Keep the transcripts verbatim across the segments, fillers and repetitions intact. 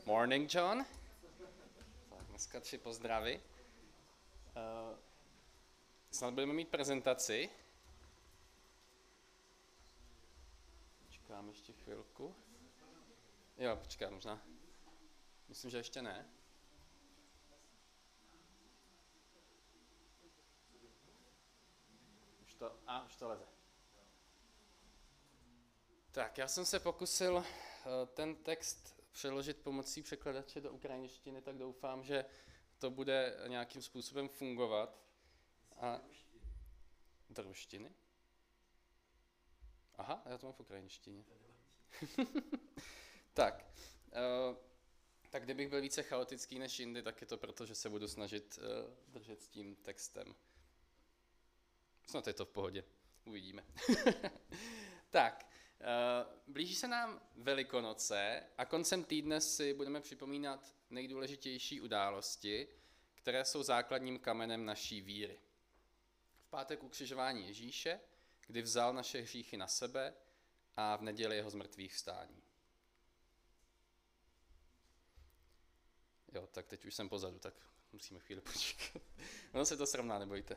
Morning, John. Tak, dneska tři pozdravy. Uh, snad budeme mít prezentaci. Počkám ještě chvilku. Jo, počkám možná. Myslím, že ještě ne. Už to, a, už to leze. Tak, já jsem se pokusil uh, ten text přeložit pomocí překladače do ukrajinštiny, tak doufám, že to bude nějakým způsobem fungovat. A do ruštiny? Aha, já to mám v ukrajinštině. tak, uh, tak kdybych byl více chaotický než jindy, tak je to proto, že se budu snažit uh, držet s tím textem. Snad je to v pohodě, uvidíme. tak, uh, blíží se nám Velikonoce a koncem týdne si budeme připomínat nejdůležitější události, které jsou základním kamenem naší víry. V pátek ukřižování Ježíše, kdy vzal naše hříchy na sebe, a v neděli jeho zmrtvých vstání. Jo, tak teď už jsem pozadu, tak musíme chvíli počkat. Ono se to srovná, nebojte.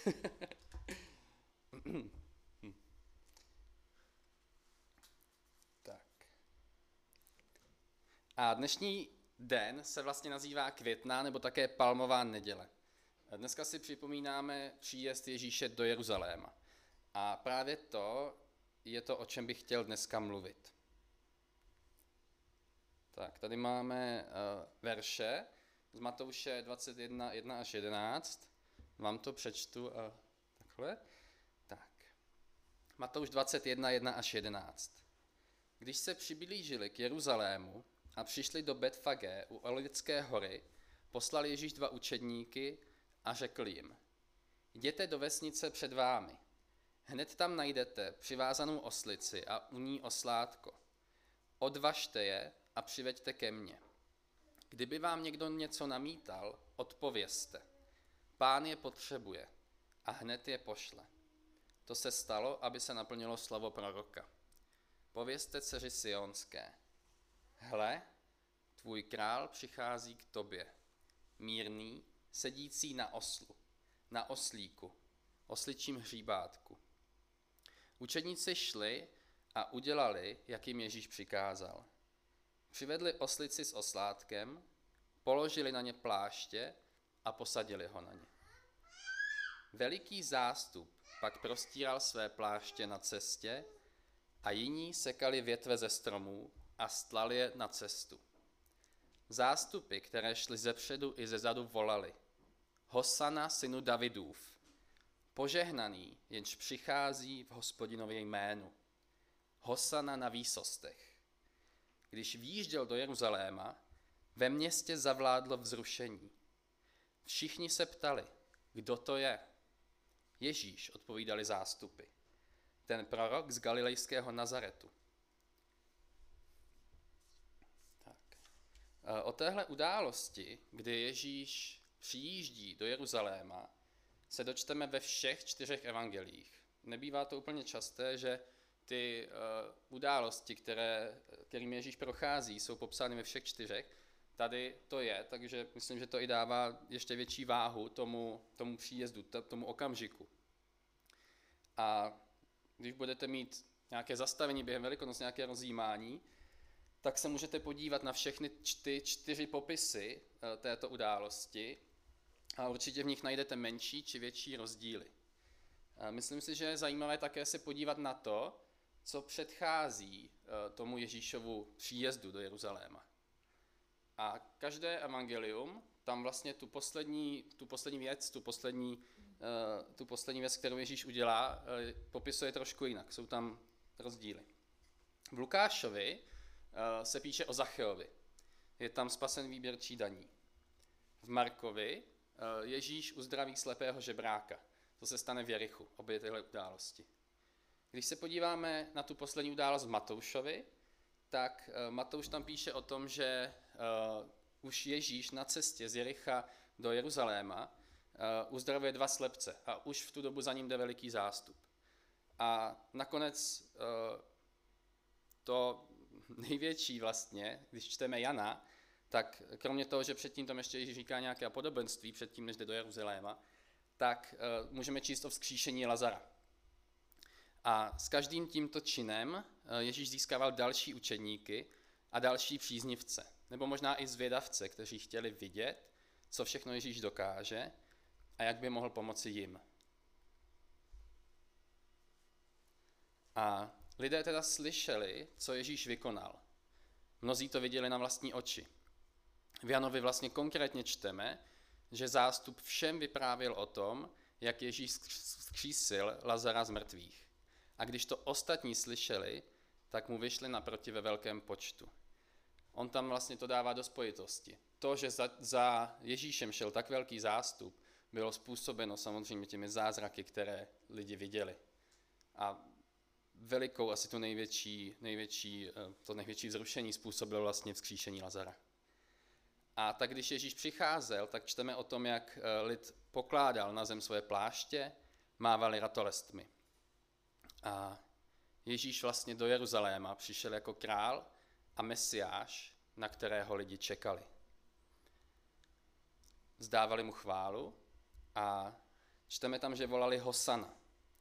tak. A dnešní den se vlastně nazývá květná nebo také palmová neděle. Dneska si připomínáme příjezd Ježíše do Jeruzaléma. A právě to je to, o čem bych chtěl dneska mluvit. Tak, tady máme uh, verše z Matouše dvacet jedna, jedna až jedenáct. Vám to přečtu a takhle. Tak. Matouš dvacet jedna, jedna až jedenáct. Když se přiblížili k Jeruzalému a přišli do Betfagé u Olivské hory, poslal Ježíš dva učedníky a řekl jim: Jděte do vesnice před vámi. Hned tam najdete přivázanou oslici a u ní oslátko. Odvažte je a přiveďte ke mně. Kdyby vám někdo něco namítal, odpovězte. Pán je potřebuje a hned je pošle. To se stalo, aby se naplnilo slovo proroka. Povězte dceři Sionské. Hle, tvůj král přichází k tobě. Mírný, sedící na oslu, na oslíku, osličím hříbátku. Učedníci šli a udělali, jak jim Ježíš přikázal. Přivedli oslici s oslátkem, položili na ně pláště a posadili ho na ně. Veliký zástup pak prostíral své pláště na cestě a jiní sekali větve ze stromů a stlali je na cestu. Zástupy, které šly zepředu i zezadu, volali: Hosana, synu Davidův, požehnaný, jenž přichází v Hospodinově jménu. Hosana na výsostech. Když vjížděl do Jeruzaléma, ve městě zavládlo vzrušení. Všichni se ptali, kdo to je. Ježíš, odpovídali zástupy, ten prorok z galilejského Nazaretu. Tak. O téhle události, kdy Ježíš přijíždí do Jeruzaléma, se dočteme ve všech čtyřech evangeliích. Nebývá to úplně časté, že ty uh, události, které, kterým Ježíš prochází, jsou popsány ve všech čtyřech. Tady to je, takže myslím, že to i dává ještě větší váhu tomu, tomu příjezdu, tomu okamžiku. A když budete mít nějaké zastavení během Velikonoc, nějaké rozjímání, tak se můžete podívat na všechny ty čtyři popisy uh, této události a určitě v nich najdete menší či větší rozdíly. Uh, myslím si, že je zajímavé také se podívat na to, co předchází tomu Ježíšovu příjezdu do Jeruzaléma. A každé evangelium tam vlastně tu poslední, tu poslední věc, tu poslední, tu poslední věc, kterou Ježíš udělá, popisuje trošku jinak. Jsou tam rozdíly. V Lukášovi se píše o Zacheovi. Je tam spasen výběrčí daní. V Markovi Ježíš uzdraví slepého žebráka. To se stane v Jerichu, obě tyhle události. Když se podíváme na tu poslední událost v Matoušovi, tak Matouš tam píše o tom, že uh, už Ježíš na cestě z Jericha do Jeruzaléma uh, uzdravuje dva slepce a už v tu dobu za ním jde veliký zástup. A nakonec uh, to největší vlastně, když čteme Jana, tak kromě toho, že předtím tam ještě Ježíš říká nějaké podobenství, předtím, než jde do Jeruzaléma, tak uh, můžeme číst o vzkříšení Lazara. A s každým tímto činem uh, Ježíš získával další učedníky a další příznivce, nebo možná i zvědavce, kteří chtěli vidět, co všechno Ježíš dokáže a jak by mohl pomoci jim. A lidé teda slyšeli, co Ježíš vykonal. Mnozí to viděli na vlastní oči. V Janovi vlastně konkrétně čteme, že zástup všem vyprávěl o tom, jak Ježíš vzkřísil Lazara z mrtvých. A když to ostatní slyšeli, tak mu vyšli naproti ve velkém počtu. On tam vlastně to dává do spojitosti. To, že za, za Ježíšem šel tak velký zástup, bylo způsobeno samozřejmě těmi zázraky, které lidi viděli. A velikou, asi tu největší, největší, to největší vzrušení způsobilo vlastně vzkříšení Lazara. A tak když Ježíš přicházel, tak čteme o tom, jak lid pokládal na zem svoje pláště, mávali ratolestmi. A Ježíš vlastně do Jeruzaléma přišel jako král a mesiáš, na kterého lidi čekali. Vzdávali mu chválu a čteme tam, že volali Hosana.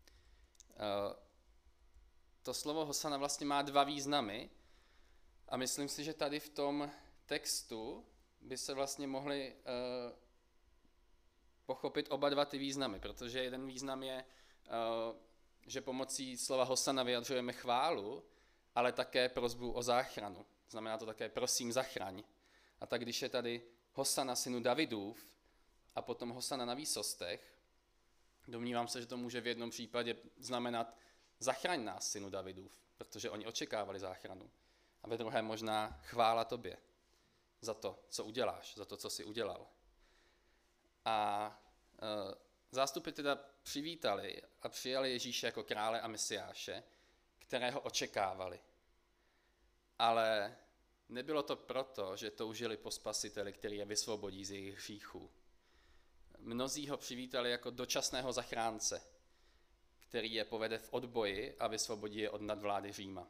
To slovo Hosana vlastně má dva významy a myslím si, že tady v tom textu by se vlastně mohli uh, pochopit oba dva ty významy, protože jeden význam je, uh, že pomocí slova Hosana vyjadřujeme chválu, ale také prosbu o záchranu. Znamená to také prosím zachraň. A tak když je tady Hosana synu Davidův a potom Hosana na výsostech, domnívám se, že to může v jednom případě znamenat zachraň nás, synu Davidův, protože oni očekávali záchranu. A ve druhém možná chvála tobě za to, co uděláš, za to, co jsi udělal. A e, zástupy teda přivítali a přijali Ježíše jako krále a mesiáše, kterého očekávali. Ale nebylo to proto, že toužili po spasiteli, který je vysvobodí z jejich hříchů. Mnozí ho přivítali jako dočasného zachránce, který je povede v odboji a vysvobodí je od nadvlády Říma.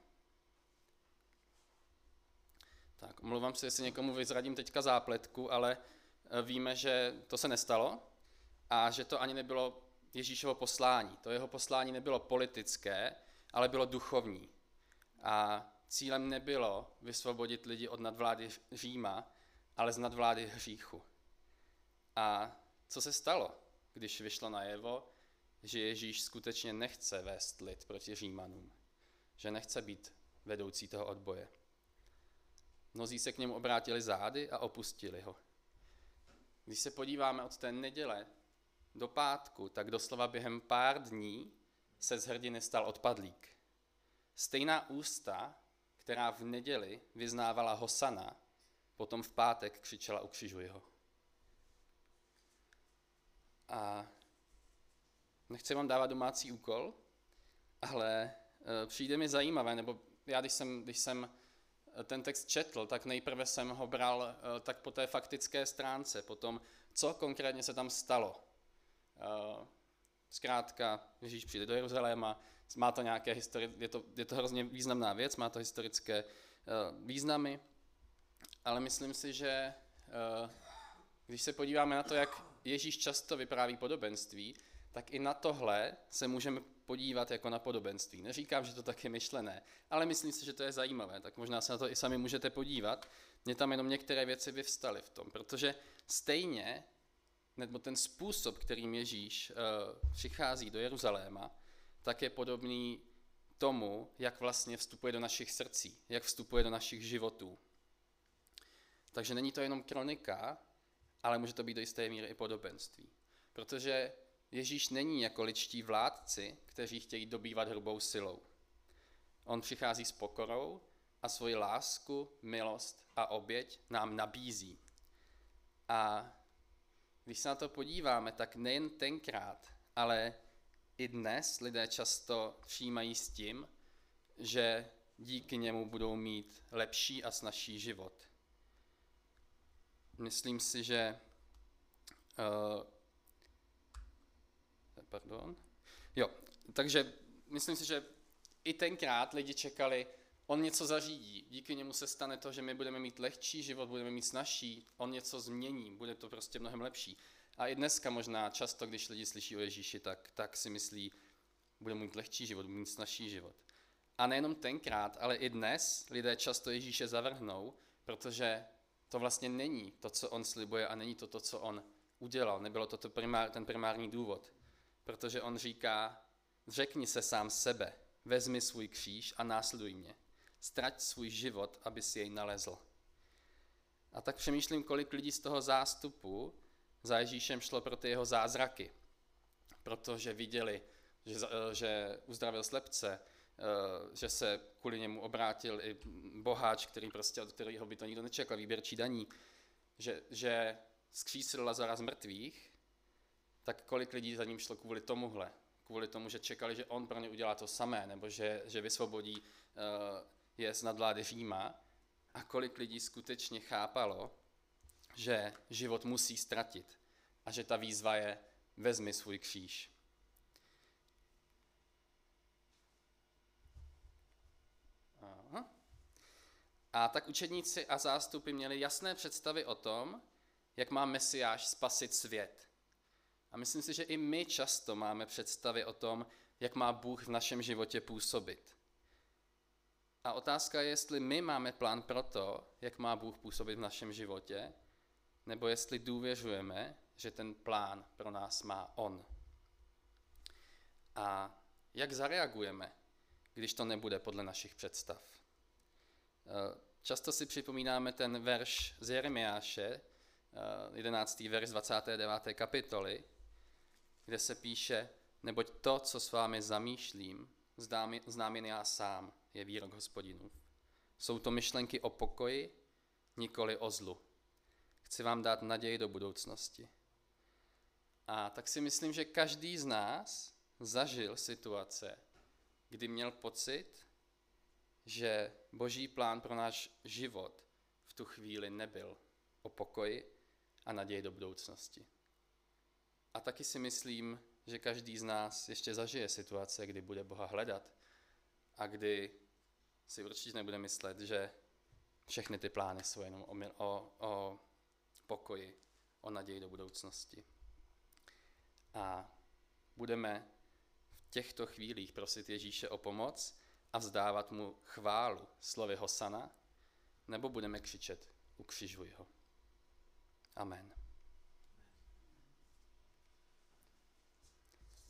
Tak, omlouvám se, jestli někomu vyzradím teďka zápletku, ale víme, že to se nestalo a že to ani nebylo Ježíšovo poslání. To jeho poslání nebylo politické, ale bylo duchovní. A cílem nebylo vysvobodit lidi od nadvlády Říma, ale z nadvlády hříchu. A co se stalo, když vyšlo najevo, že Ježíš skutečně nechce vést lid proti Římanům, že nechce být vedoucí toho odboje? Mnozí se k němu obrátili zády a opustili ho. Když se podíváme od té neděle do pátku, tak doslova během pár dní se z hrdiny stal odpadlík. Stejná ústa, která v neděli vyznávala Hosana, potom v pátek křičela ukřižuj ho. A nechci vám dávat domácí úkol, ale e, přijde mi zajímavé, nebo já když jsem, když jsem ten text četl, tak nejprve jsem ho bral e, tak po té faktické stránce, potom co konkrétně se tam stalo. E, zkrátka, Ježíš přijde do Jeruzaléma, má to nějaké histori- je to, je to hrozně významná věc, má to historické e, významy, ale myslím si, že e, když se podíváme na to, jak Ježíš často vypráví podobenství, tak i na tohle se můžeme podívat jako na podobenství. Neříkám, že to tak je myšlené, ale myslím si, že to je zajímavé, tak možná se na to i sami můžete podívat. Mně tam jenom některé věci vyvstaly v tom, protože stejně, nebo ten způsob, kterým Ježíš uh, přichází do Jeruzaléma, tak je podobný tomu, jak vlastně vstupuje do našich srdcí, jak vstupuje do našich životů. Takže není to jenom kronika, ale může to být do jisté míry i podobenství. Protože Ježíš není jako lidští vládci, kteří chtějí dobývat hrubou silou. On přichází s pokorou a svoji lásku, milost a oběť nám nabízí. A když se na to podíváme, tak nejen tenkrát, ale i dnes lidé často přijímají s tím, že díky němu budou mít lepší a snazší život. Myslím si, že uh, Pardon. Jo, takže myslím si, že i tenkrát lidi čekali On něco zařídí, díky němu se stane to, že my budeme mít lehčí život, budeme mít snazší, on něco změní, bude to prostě mnohem lepší. A i dneska možná často, když lidi slyší o Ježíši, tak, tak si myslí, bude mít lehčí život, bude mít snazší život. A nejenom tenkrát, ale i dnes lidé často Ježíše zavrhnou, protože to vlastně není to, co on slibuje a není to to, co on udělal. Nebylo to, to primár, ten primární důvod. Protože on říká, řekni se sám sebe, vezmi svůj kříž a následuj mě. Ztrať svůj život, aby si jej nalezl. A tak přemýšlím, kolik lidí z toho zástupu za Ježíšem šlo pro ty jeho zázraky. Protože viděli, že, že uzdravil slepce, že se kvůli němu obrátil i boháč, který prostě, od kterého by to nikdo nečekal, výběrčí daní, že, že zkřísil Lazara z mrtvých, tak kolik lidí za ním šlo kvůli tomuhle. Kvůli tomu, že čekali, že on pro ně udělá to samé, nebo že, že vysvobodí uh, je z nadvlády Říma. A kolik lidí skutečně chápalo, že život musí ztratit a že ta výzva je vezmi svůj kříž. Aha. A tak učedníci a zástupy měli jasné představy o tom, jak má Mesiáš spasit svět. A myslím si, že i my často máme představy o tom, jak má Bůh v našem životě působit. A otázka je, jestli my máme plán pro to, jak má Bůh působit v našem životě, nebo jestli důvěřujeme, že ten plán pro nás má On. A jak zareagujeme, když to nebude podle našich představ. Často si připomínáme ten verš z Jeremiáše, jedenáctý verš dvacáté deváté kapitoly, kde se píše, neboť to, co s vámi zamýšlím, znám jen já sám, je výrok Hospodinův. Jsou to myšlenky o pokoji, nikoli o zlu. Chci vám dát naději do budoucnosti. A tak si myslím, že každý z nás zažil situace, kdy měl pocit, že Boží plán pro náš život v tu chvíli nebyl o pokoji a naději do budoucnosti. A taky si myslím, že každý z nás ještě zažije situace, kdy bude Boha hledat a kdy si určitě nebude myslet, že všechny ty plány jsou jenom o, o, o pokoji, o naději do budoucnosti. A budeme v těchto chvílích prosit Ježíše o pomoc a vzdávat mu chválu slovy Hosana, nebo budeme křičet ukřižuj ho. Amen.